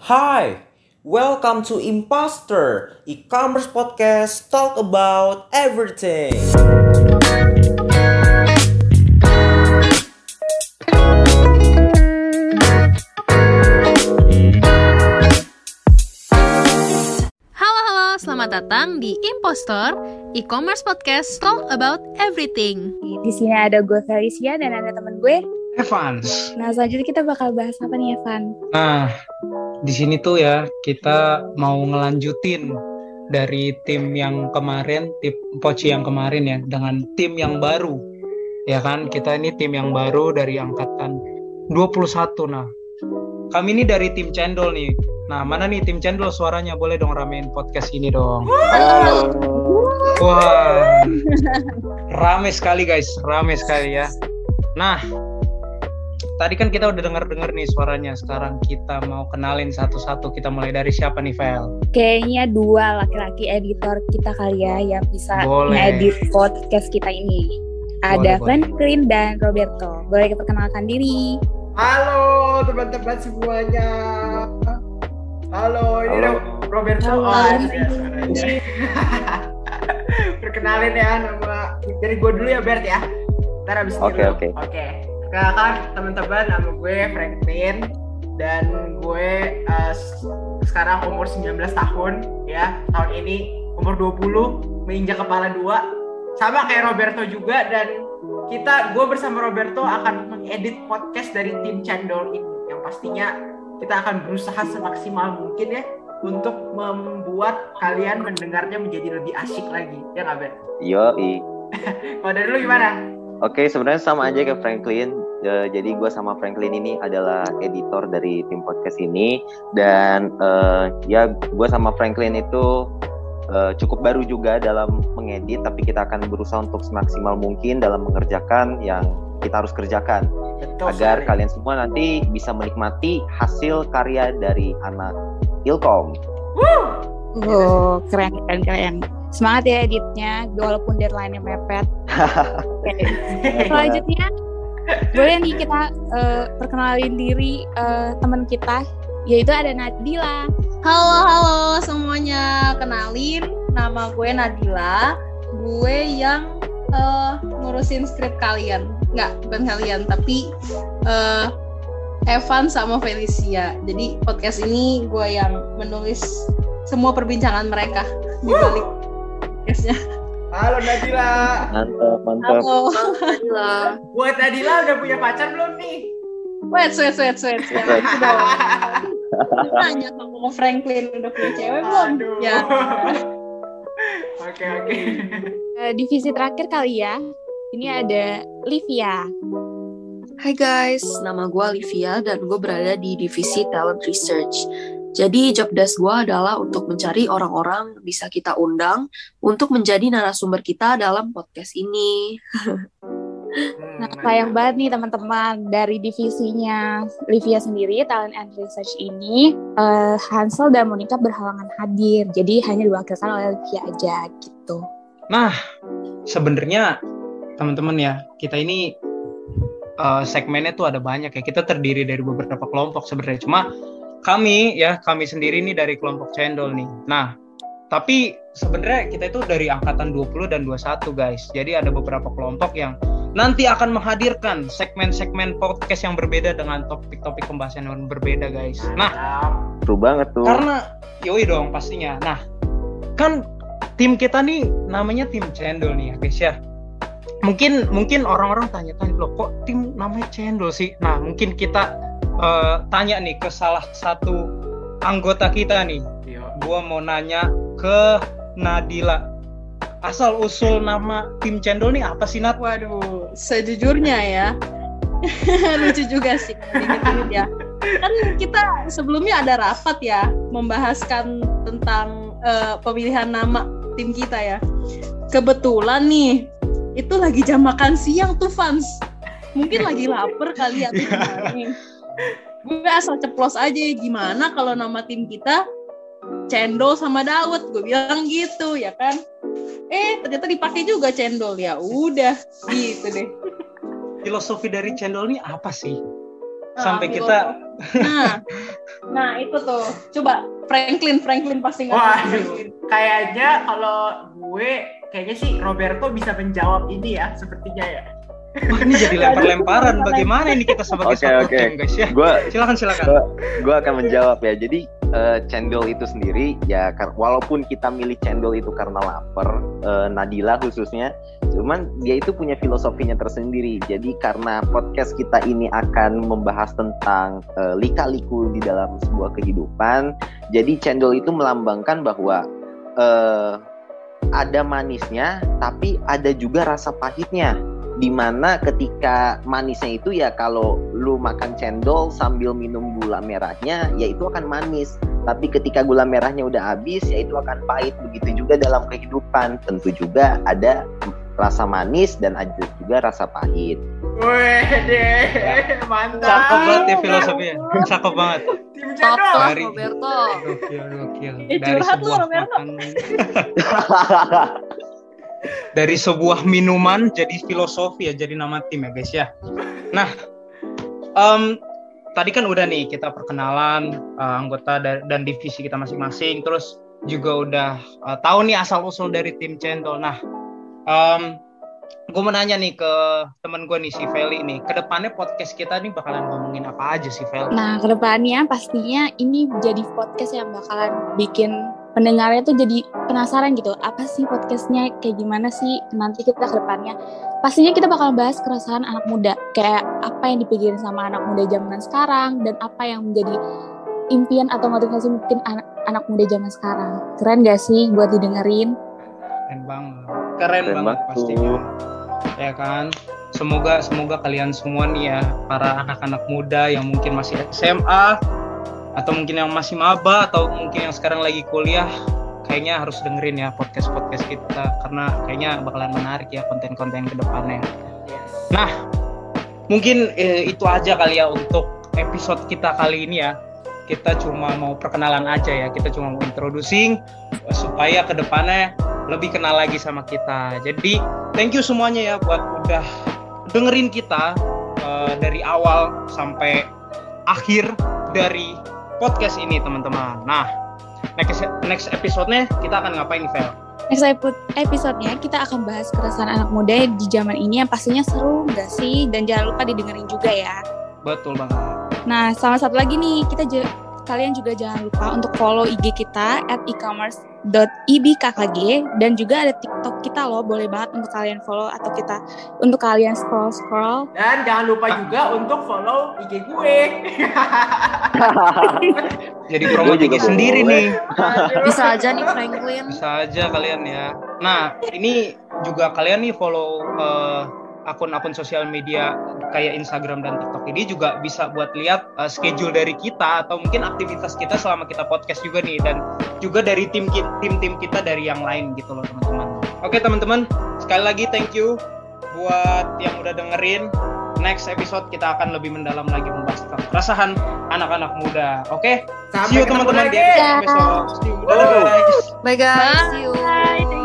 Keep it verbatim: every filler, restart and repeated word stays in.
Hi, welcome to Imposter, e-commerce podcast talk about everything. Halo halo, selamat datang di Impostor, e-commerce podcast talk about everything. Di sini ada gue Felicia dan ada temen gue Evans. Nah, selanjutnya kita bakal bahas apa nih, Evan? Nah, di sini tuh ya kita mau ngelanjutin dari tim yang kemarin, tim Poci yang kemarin ya, dengan tim yang baru. Ya kan, kita ini tim yang baru dari angkatan dua puluh satu. Nah, kami ini dari tim Cendol nih. Nah, mana nih tim Cendol suaranya? Boleh dong ramein podcast ini dong. Halo. Wah, rame sekali guys, rame sekali ya. Nah, tadi kan kita udah dengar-dengar nih suaranya. Sekarang kita mau kenalin satu-satu. Kita mulai dari siapa nih, Vel? Kayaknya dua laki-laki editor kita kali ya yang bisa Boleh. ngedit podcast kita ini. Ada Boleh, Franklin dan Roberto. Boleh perkenalkan diri. Halo teman-teman semuanya. Halo, ini Halo. Roberto. Halo. Oh, ya, suaranya. Perkenalin ya, nama dari gue dulu ya, Bert ya. Ntar abis Oke, itu. oke. Oke. Perkenalkan teman-teman, nama gue Franklin dan gue uh, sekarang umur sembilan belas tahun ya. Tahun ini umur dua puluh, menginjak kepala dua. Sama kayak Roberto juga, dan kita, gue bersama Roberto akan mengedit podcast dari tim Cendol ini, yang pastinya kita akan berusaha semaksimal mungkin ya untuk membuat kalian mendengarnya menjadi lebih asyik lagi, ya nggak, Ben? Yoi. Kalau dari lu gimana? Oke, sebenarnya sama aja kayak Franklin. E, jadi gue sama Franklin ini adalah editor dari tim podcast ini. Dan e, ya gue sama Franklin itu e, cukup baru juga dalam mengedit. Tapi kita akan berusaha untuk semaksimal mungkin dalam mengerjakan yang kita harus kerjakan. Betul Agar sekali. kalian semua nanti bisa menikmati hasil karya dari anak Ilkom. Oh, keren, keren, keren. Semangat ya editnya, walaupun deadline-nya mepet. Oke. Selanjutnya, boleh nih kita uh, perkenalin diri uh, teman kita, yaitu ada Nadila. Halo halo semuanya, kenalin nama gue Nadila. Gue yang uh, ngurusin skrip kalian. Nggak, bukan kalian, tapi uh, Evan sama Felicia. Jadi podcast ini gue yang menulis semua perbincangan mereka di balik podcastnya. Halo Nadila. Mantap, mantap. Halo Nadila. Buat Nadila udah punya pacar belum nih? Wait, wait, wait, wait. Yang itu dong. Nanya sama Franklin udah punya cewek belum? Aduh. Ya. Oke, oke. Uh, divisi terakhir kali ya, ini ada Livia. Hai guys, nama gue Olivia dan gue berada di divisi talent research. Jadi job desk gue adalah untuk mencari orang-orang yang bisa kita undang untuk menjadi narasumber kita dalam podcast ini. Nah, sayang banget nih teman-teman, dari divisinya Livia sendiri, Talent and Research ini, uh, Hansel dan Monica berhalangan hadir, jadi hanya diwakilkan oleh Livia aja gitu. Nah, sebenarnya teman-teman ya, kita ini uh, segmennya tuh ada banyak ya. Kita terdiri dari beberapa kelompok sebenarnya. Cuma kami ya, kami sendiri nih dari kelompok Cendol nih. Nah, tapi sebenarnya kita itu dari angkatan dua puluh dan dua puluh satu guys. Jadi ada beberapa kelompok yang nanti akan menghadirkan segmen-segmen podcast yang berbeda dengan topik-topik pembahasan yang berbeda guys. Nah, Seru banget tuh. karena yoi dong pastinya. Nah, kan tim kita nih namanya tim Cendol nih ya guys ya. Mungkin mungkin orang-orang tanya-tanya, loh kok tim namanya Cendol sih? Nah, mungkin kita uh, tanya nih ke salah satu anggota kita nih. Gua mau nanya ke Nadila. Asal usul nama tim Cendol nih apa sih, Nat? Waduh, sejujurnya ya. Lucu juga sih dikit-dikit ya. Kan kita sebelumnya ada rapat ya, membahaskan tentang uh, pemilihan nama tim kita ya. Kebetulan nih, itu lagi jam makan siang tuh fans. Mungkin lagi lapar kali ya tuh kemarin. Gue asal ceplos aja, gimana kalau nama tim kita Cendol sama Daud, gue bilang gitu ya kan. Eh ternyata dipakai juga Cendol, ya udah gitu deh. Filosofi dari Cendol ini apa sih? sampai nah, kita nah nah itu tuh coba Franklin Franklin pasti nggak Wah, tahu. kayaknya kalau gue kayaknya sih Roberto bisa menjawab ini ya, sepertinya ya. wah, ini jadi lempar-lemparan. Bagaimana ini kita sebagai Oke, satu oke. tim guys ya? Gua Silakan silakan. gua, gua akan menjawab ya. Jadi eh, cendol itu sendiri ya, kar- walaupun kita milih cendol itu karena lapar, eh, Nadila khususnya, cuman dia itu punya filosofinya tersendiri. Jadi karena podcast kita ini akan membahas tentang eh, lika-liku di dalam sebuah kehidupan, jadi cendol itu melambangkan bahwa eh, ada manisnya, tapi ada juga rasa pahitnya. Dimana ketika manisnya itu ya kalau lu makan cendol sambil minum gula merahnya ya itu akan manis, tapi ketika gula merahnya udah habis ya itu akan pahit. Begitu juga dalam kehidupan, tentu juga ada rasa manis dan ada juga rasa pahit. Wih deh, mantap. Cakep banget ya filosofinya. Cakep banget. Tim Top cendol. lah Dari- Roberto. Gokil, gokil. Eh, Dari curhat lu, sebuah Roberto. makan, dari sebuah minuman jadi filosofi ya, jadi nama tim ya guys ya. Nah, em, tadi kan udah nih kita perkenalan eh, anggota da- dan divisi kita masing-masing, terus juga udah eh, tahu nih asal usul dari tim Cendol. Nah, em, gue mau nanya nih ke temen gue nih si Feli nih, kedepannya podcast kita nih bakalan ngomongin apa aja sih Fel? Nah, kedepannya pastinya ini jadi podcast yang bakalan bikin pendengarnya tuh jadi penasaran gitu. Apa sih podcastnya, kayak gimana sih nanti kita kedepannya. Pastinya kita bakal bahas keresahan anak muda. Kayak apa yang dipikirin sama anak muda zaman sekarang, dan apa yang menjadi impian atau motivasi mungkin anak, anak muda zaman sekarang. Keren gak sih buat didengerin? Keren banget, keren, Keren banget banget pastinya, ya kan. Semoga semoga kalian semua nih ya, para anak-anak muda yang mungkin masih S M A atau mungkin yang masih maba atau mungkin yang sekarang lagi kuliah, kayaknya harus dengerin ya podcast podcast kita karena kayaknya bakalan menarik ya konten-konten kedepannya. Nah, mungkin eh, itu aja kali ya untuk episode kita kali ini ya. Kita cuma mau perkenalan aja ya, kita cuma mau introducing eh, supaya kedepannya lebih kenal lagi sama kita. Jadi thank you semuanya ya buat udah dengerin kita uh, dari awal sampai akhir dari podcast ini teman-teman. Nah, next next episode-nya kita akan ngapain Vel? Next episode-nya kita akan bahas keresahan anak muda di zaman ini yang pastinya seru gak sih? Dan jangan lupa didengerin juga ya. Betul banget. Nah, sama satu lagi nih, kita j- kalian juga jangan lupa untuk follow I G kita at e-commerce dot i b k k g, dan juga ada TikTok kita loh, boleh banget untuk kalian follow atau kita untuk kalian scroll scroll. Dan jangan lupa juga untuk follow I G gue. Jadi promo Gue juga diri sendiri boleh. nih. Bisa aja nih Franklin. Bisa aja kalian ya. Nah, ini juga kalian nih follow uh, akun-akun sosial media kayak Instagram dan TikTok ini juga bisa buat lihat uh, schedule dari kita atau mungkin aktivitas kita selama kita podcast juga nih, dan juga dari tim tim-tim kita dari yang lain gitu loh teman-teman. Oke teman-teman, sekali lagi thank you buat yang udah dengerin. Next episode kita akan lebih mendalam lagi membahas tentang keresahan anak-anak muda. Oke, Sampai see you ketemu teman-teman lagi. di episode besok. See you. Dadah guys. Bye guys. See you. Bye, thank